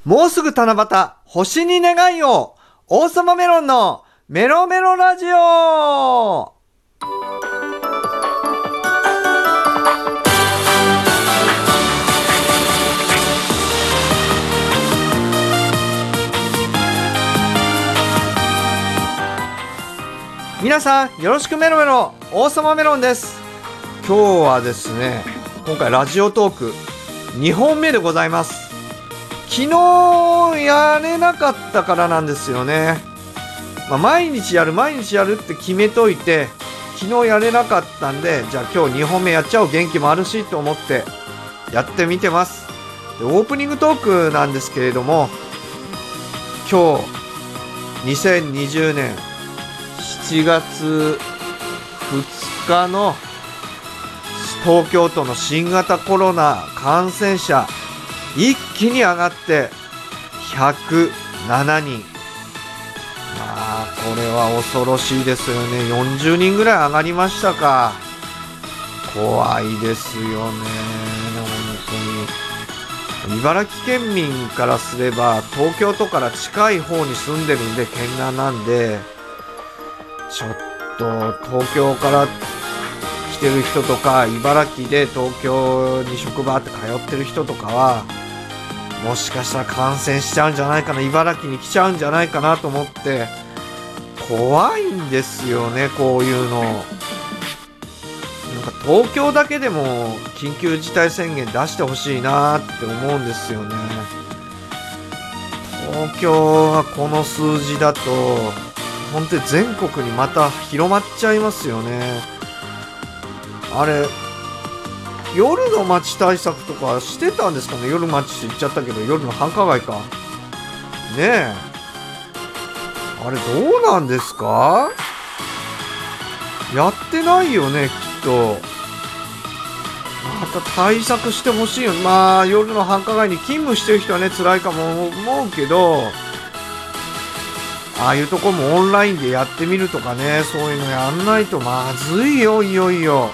もうすぐ七夕、星に願いを、王様メロンのメロメロラジオ。皆さんよろしくメロメロ、王様メロンです。今日はですね、今回ラジオトーク2本目でございます。昨日やれなかったからなんですよね。毎日やるって決めといて、昨日やれなかったんで、じゃあ今日2本目やっちゃおう、元気もあるしと思ってやってみてます。でオープニングトークなんですけれども、今日2020年7月2日の東京都の新型コロナ感染者一気に上がって107人。これは恐ろしいですよね。40人ぐらい上がりましたか。怖いですよね。本当に茨城県民からすれば東京都から近い方に住んでるんで、県南なんで、ちょっと東京から来てる人とか、茨城で東京に職場あって通ってる人とかはもしかしたら感染しちゃうんじゃないかな、茨城に来ちゃうんじゃないかなと思って怖いんですよね。こういうのなんか東京だけでも緊急事態宣言出してほしいなって思うんですよね。東京はこの数字だと本当に全国にまた広まっちゃいますよね。あれ夜の街対策とかしてたんですかね。夜街って言っちゃったけど、夜の繁華街かねえ、あれどうなんですか。やってないよね、きっと。また対策してほしいよ。夜の繁華街に勤務してる人はね辛いかも思うけど、ああいうとこもオンラインでやってみるとかね、そういうのやんないとまずいよ。いよいよ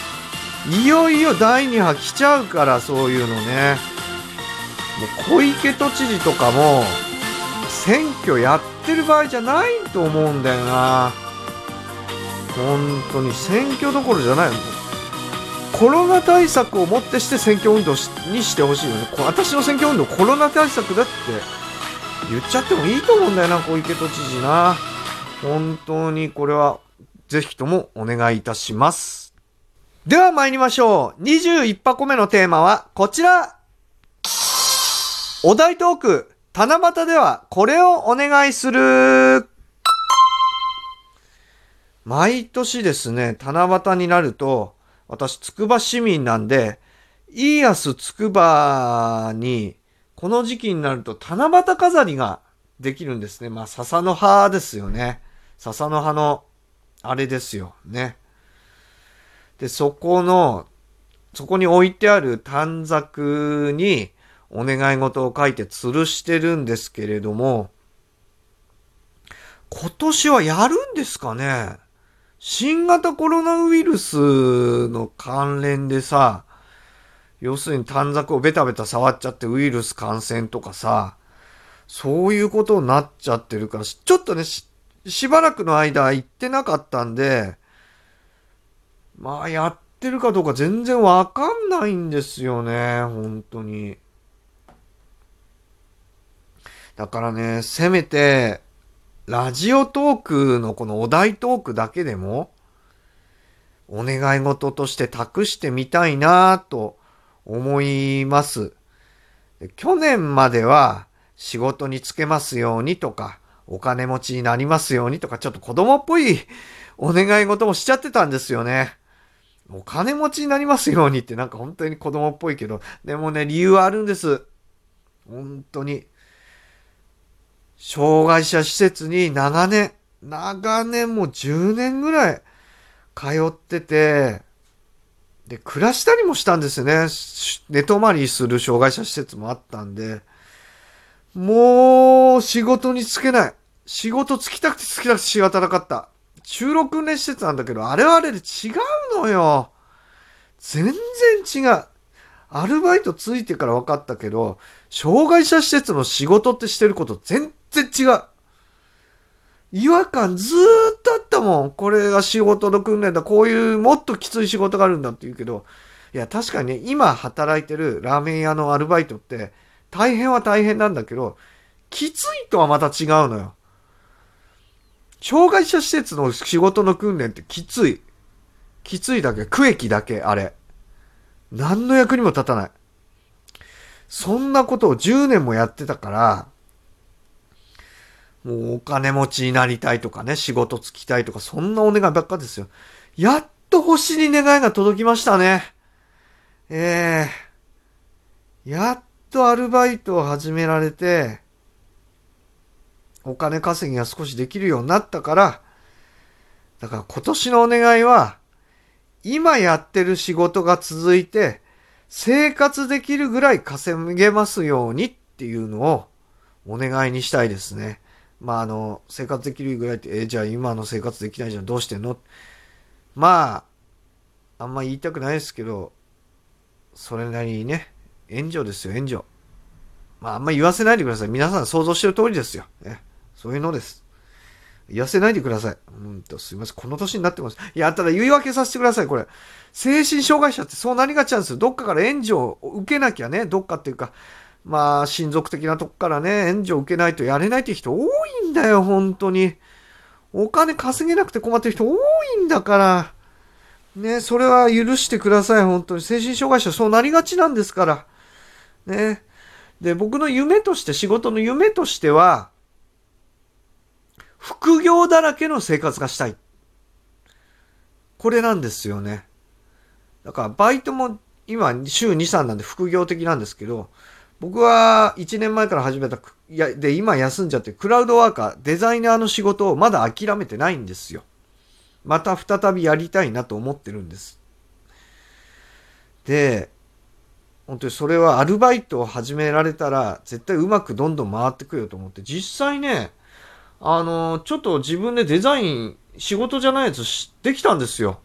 第2波来ちゃうから、そういうのね。もう小池都知事とかも選挙やってる場合じゃないと思うんだよな。本当に選挙どころじゃない。コロナ対策をもってして選挙運動にしてほしいよね。私の選挙運動コロナ対策だって言っちゃってもいいと思うんだよな、小池都知事な。本当にこれはぜひともお願いいたします。では参りましょう。21箱目のテーマはこちら。お題トーク、七夕ではこれをお願いする。毎年ですね、七夕になると、私つくば市民なんで、イーアスつくばにこの時期になると七夕飾りができるんですね。笹の葉ですよね。笹の葉のあれですよね。で、そこに置いてある短冊にお願い事を書いて吊るしてるんですけれども、今年はやるんですかね。新型コロナウイルスの関連でさ、要するに短冊をベタベタ触っちゃってウイルス感染とかさ、そういうことになっちゃってるから、ちょっとね、しばらくの間行ってなかったんで、やってるかどうか全然わかんないんですよね、本当に。だからね、せめてラジオトークのこのお題トークだけでもお願い事として託してみたいなと思います。去年までは仕事に就けますようにとか、お金持ちになりますようにとか、ちょっと子供っぽいお願い事もしちゃってたんですよね。お金持ちになりますようにってなんか本当に子供っぽいけど、でもね、理由はあるんです。本当に。障害者施設に長年もう10年ぐらい通ってて、で、暮らしたりもしたんですよね。寝泊まりする障害者施設もあったんで、もう仕事に就けない。仕事就きたくて仕方なかった。就労訓練施設なんだけど、あれはあれで違うのよ。全然違う。 アルバイトついてから分かったけど、障害者施設の仕事ってしてること全然違う。違和感ずーっとあったもん。これが仕事の訓練だ。こういうもっときつい仕事があるんだって言うけど、いや確かにね、今働いてるラーメン屋のアルバイトって大変は大変なんだけど、きついとはまた違うのよ。障害者施設の仕事の訓練ってきつい。きついだけ、区域だけ、あれ。何の役にも立たない。そんなことを10年もやってたから、もうお金持ちになりたいとかね、仕事つきたいとか、そんなお願いばっかですよ。やっと星に願いが届きましたね。やっとアルバイトを始められて、お金稼ぎが少しできるようになったから、だから今年のお願いは、今やってる仕事が続いて、生活できるぐらい稼げますようにっていうのをお願いにしたいですね。生活できるぐらいって、じゃあ今の生活できないじゃん、どうしてんの？あんま言いたくないですけど、それなりにね、援助ですよ、援助。あんま言わせないでください。皆さん想像してる通りですよ。そういうのです。言わせないでください。すいません。この年になってます。いや、ただ言い訳させてください、これ。精神障害者ってそうなりがちなんですよ。どっかから援助を受けなきゃね、どっかっていうか、親族的なとこからね、援助を受けないとやれないって人多いんだよ、本当に。お金稼げなくて困ってる人多いんだから。ね、それは許してください、本当に。精神障害者そうなりがちなんですから。ね。で、僕の夢として、仕事の夢としては、副業だらけの生活がしたい。これなんですよね。だからバイトも今週2、3なんで副業的なんですけど、僕は1年前から始めた、で今休んじゃってクラウドワーカー、デザイナーの仕事をまだ諦めてないんですよ。また再びやりたいなと思ってるんです。で、本当にそれはアルバイトを始められたら絶対うまくどんどん回ってくるよと思って、実際ね、ちょっと自分でデザイン、仕事じゃないやつできたんですよ。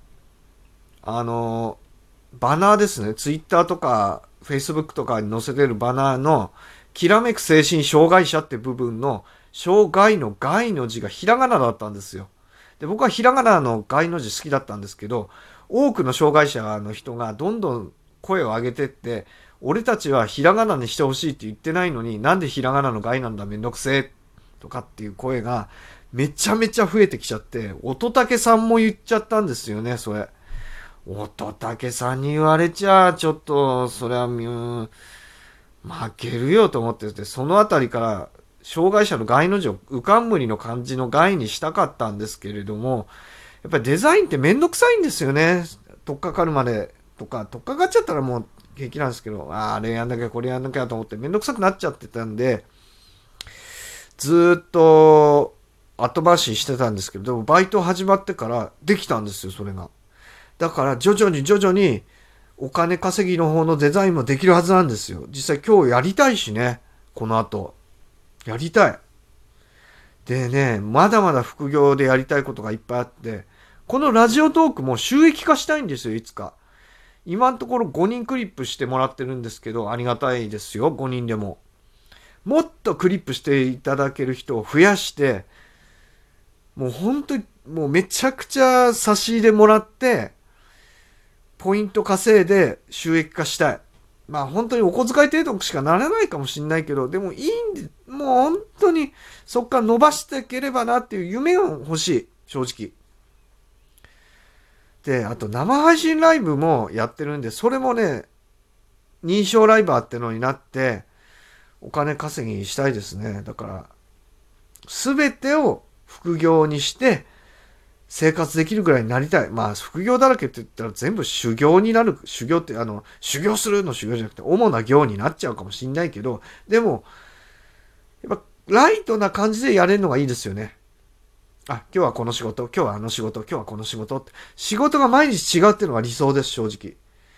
バナーですね。ツイッターとか、フェイスブックとかに載せてるバナーの、きらめく精神障害者って部分の、障害の害の字がひらがなだったんですよ。で、僕はひらがなの害の字好きだったんですけど、多くの障害者の人がどんどん声を上げてって、俺たちはひらがなにしてほしいって言ってないのに、なんでひらがなの害なんだめんどくせえとかっていう声がめちゃめちゃ増えてきちゃって、乙武さんも言っちゃったんですよね、それ。乙武さんに言われちゃちょっとそれは負けるよと思ってて、そのあたりから障害者の害の字を浮かんむりの漢字の害にしたかったんですけれども、やっぱりデザインってめんどくさいんですよね。取っかかるまでとか、取っかかっちゃったらもう平気なんですけど、あれやんなきゃこれやんなきゃと思ってめんどくさくなっちゃってたんで、ずっと後回ししてたんですけど、でもバイト始まってからできたんですよ、それが。だから徐々にお金稼ぎの方のデザインもできるはずなんですよ。実際今日やりたいしね。この後。やりたい。でね、まだまだ副業でやりたいことがいっぱいあって、このラジオトークも収益化したいんですよ、いつか。今のところ5人クリップしてもらってるんですけど、ありがたいですよ、5人でも。もっとクリップしていただける人を増やして、もう本当に、もうめちゃくちゃ差し入れもらって、ポイント稼いで収益化したい。本当にお小遣い程度しかならないかもしれないけど、でもいいんで、もう本当にそっから伸ばしていければなっていう夢が欲しい。正直。で、あと生配信ライブもやってるんで、それもね、認証ライバーってのになって、お金稼ぎしたいですね。だから、すべてを副業にして、生活できるぐらいになりたい。副業だらけって言ったら全部修行になる。修行って、修行するの修行じゃなくて、主な行になっちゃうかもしんないけど、でも、やっぱ、ライトな感じでやれるのがいいですよね。今日はこの仕事、今日はあの仕事、今日はこの仕事って。仕事が毎日違うっていうのが理想です、正直。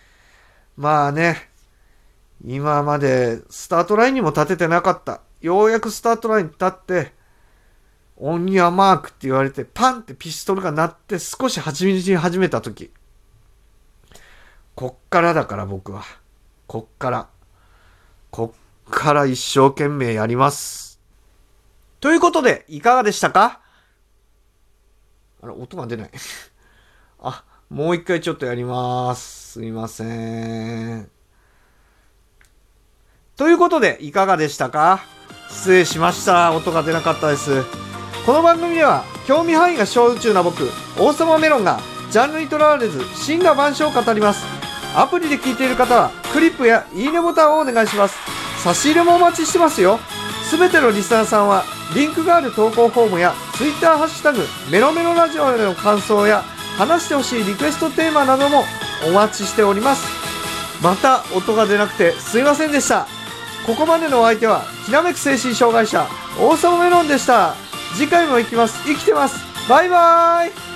今までスタートラインにも立ててなかった。ようやくスタートラインに立って、オンニアマークって言われて、パンってピストルが鳴って少し走り始めた時。こっからだから僕は。 こっから一生懸命やります。ということで、いかがでしたか？あれ、音が出ない。もう一回ちょっとやります。すいません。ということで、いかがでしたか？失礼しました。音が出なかったです。この番組では、興味範囲が小宇宙な僕、王様メロンが、ジャンルにとらわれず、真羅万象を語ります。アプリで聞いている方は、クリップやいいねボタンをお願いします。差し入れもお待ちしてますよ。すべてのリスナーさんは、リンクがある投稿フォームや、Twitter ハッシュタグ、メロメロラジオでの感想や、話してほしいリクエストテーマなどもお待ちしております。また音が出なくてすいませんでした。ここまでのお相手はきらめく精神障害者王様メロンでした。次回も生きてます。バイバーイ。